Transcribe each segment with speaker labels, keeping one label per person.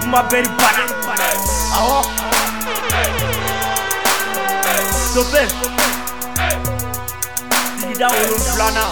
Speaker 1: kuma beri bana. Aho Sobe Digida Olumplana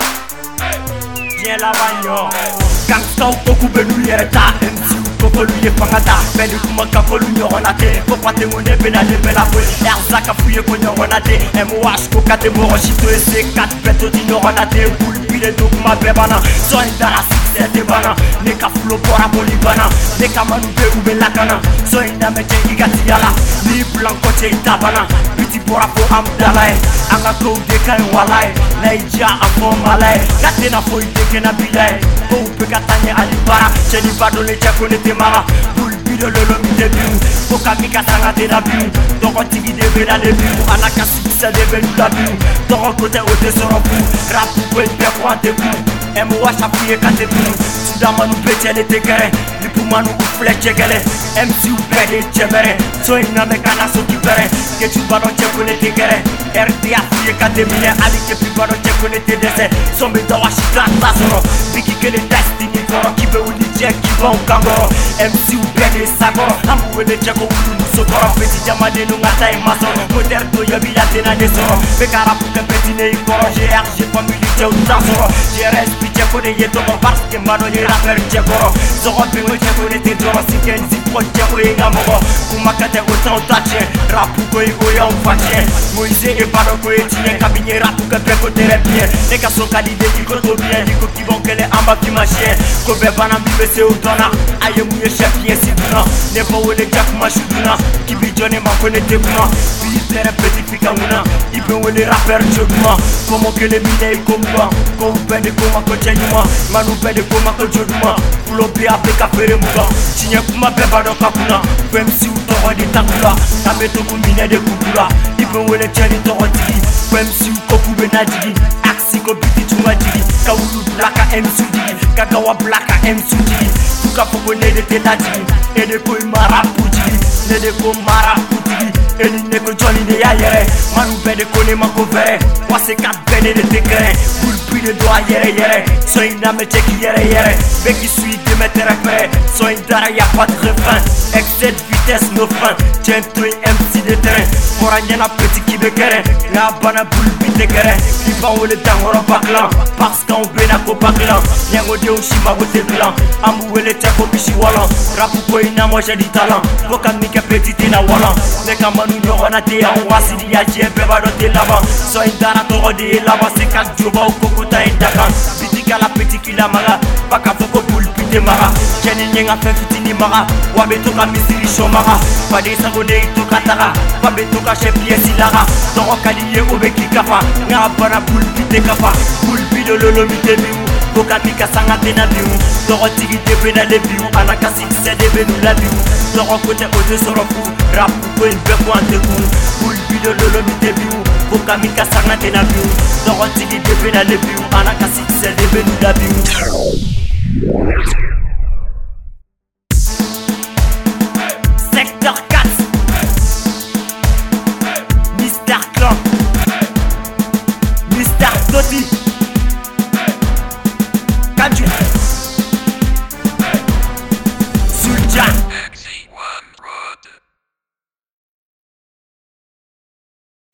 Speaker 1: Viens là-bas, gangsta ukoku benu yereta MC ukoko luye pangata Beni kuma kakolu nyoronate Kopate ngone bena lebela kwe Erzaka fuye ko nyoronate MOH ko kate moro shito ese kat peto di nyoronate Bulbile do kuma bebana So indara sikse bana Neka fulo bora boli bana Neka manu be ube lakana So inda meche igati yala Ni blanco che itabana Biti bora fo amdalae Anga kou deka walae Na ija afo malae Gate na fo ideke na bilae Kou peka tanye alibara Cheni badole chako nete mara Bulbile lolo mide biu Foka mika sanga te na biu Toko tigi debe na de biu Anaka sikse debe nu la biu Toko kote ote soro pu Rapu kwe peko ante pu MOH apuye kate biu Suda manu beche ne te kere Lipu manu ufleche gele MC upede chemere So iname kana so kibere Kechu bado cheko ne te kere RD apuye kate mine Ali kepi bado cheko ne te dese Sombe dawa shikata soro Biki kele destiny koro Kibe uli je kiba ukangoro MC upede sagoro Ambu wele cheko ulu musokoro Peti jamade nungata imasoro Moderto yobi yate na desoro Bekara puke peti ne ikoro GRG family je utansoro GRS cheko de yetoro parce que mano ye rapper chekoro Zoro pingo cheko de te doro Siken zipo cheko ye ngamoro Kumakate otan tache Rapu koi oya ufache Moise e baro koi tine Kabinye rapu ke peko tere bien Neka soka lide iko to bien Iko kibon kele amba ki machien Kobe bana bibe se udona Aye mouye chef ye siduna Nepo wele jak mashuduna Kibi jone makone te kuma Biyi tere petit fika una Ibe wele rapper choduma Komo kele mine iko mwa Ko upende koma koche Manu bede koma ko joduma Fulo bi apeka fere muga Chinye kuma beba do kakuna Femsi utoro di takula Tameto kumine de kukula Ibe wele cheni toro tigi Femsi ukoku bena jigi Aksi ko biti chunga jigi Kawulu blaka emsu jigi Kagawa blaka emsu jigi Tuka poko nede tela jigi Ede koi marapu jigi Nede ko marapu jigi Eni neko joli de ya yere Manu bede kone mako vere Wase kat bene de tekere Bulbide do a yere yere So iname cheki yere yere Beki sui de me tere pere So indara ya pas de refrain Excès de vitesse no frein Tiens toi MC de terrain Fora nyana petit ki be kere Nga bana bulbide kere Iba wole dangoro baklan Parce qu'on bena ko baklan Nyango de ushima wote blanc Ambu wele chako bishi walan Rapu ko ina moja di talent Foka mika petit na walan Neka manu nyoro te ya wasi di ya je beba do te laban So indara toro de laban Se kat joba ukoko ta indakan Bitika la petit kila maga Baka foko bulbide maga Keni nyenga fe fitini maga Wabe toka misiri shomaga Fade sango de itoka taga Wabe toka chef yesi laga Toro kaliye obe kikafa Nga bana bulbide kafa Bulbide lolo mite biu Foka mika sanga tena biu Toro tigi debe na le biu Anaka sikse debe nu la biu Toro kote ote sorofu Rapu ko inbe ko ante kou Bulbide lolo mite biu Foka mika sanga tena biu Toro tigi debe na le biu Anaka sikse debe nu la biu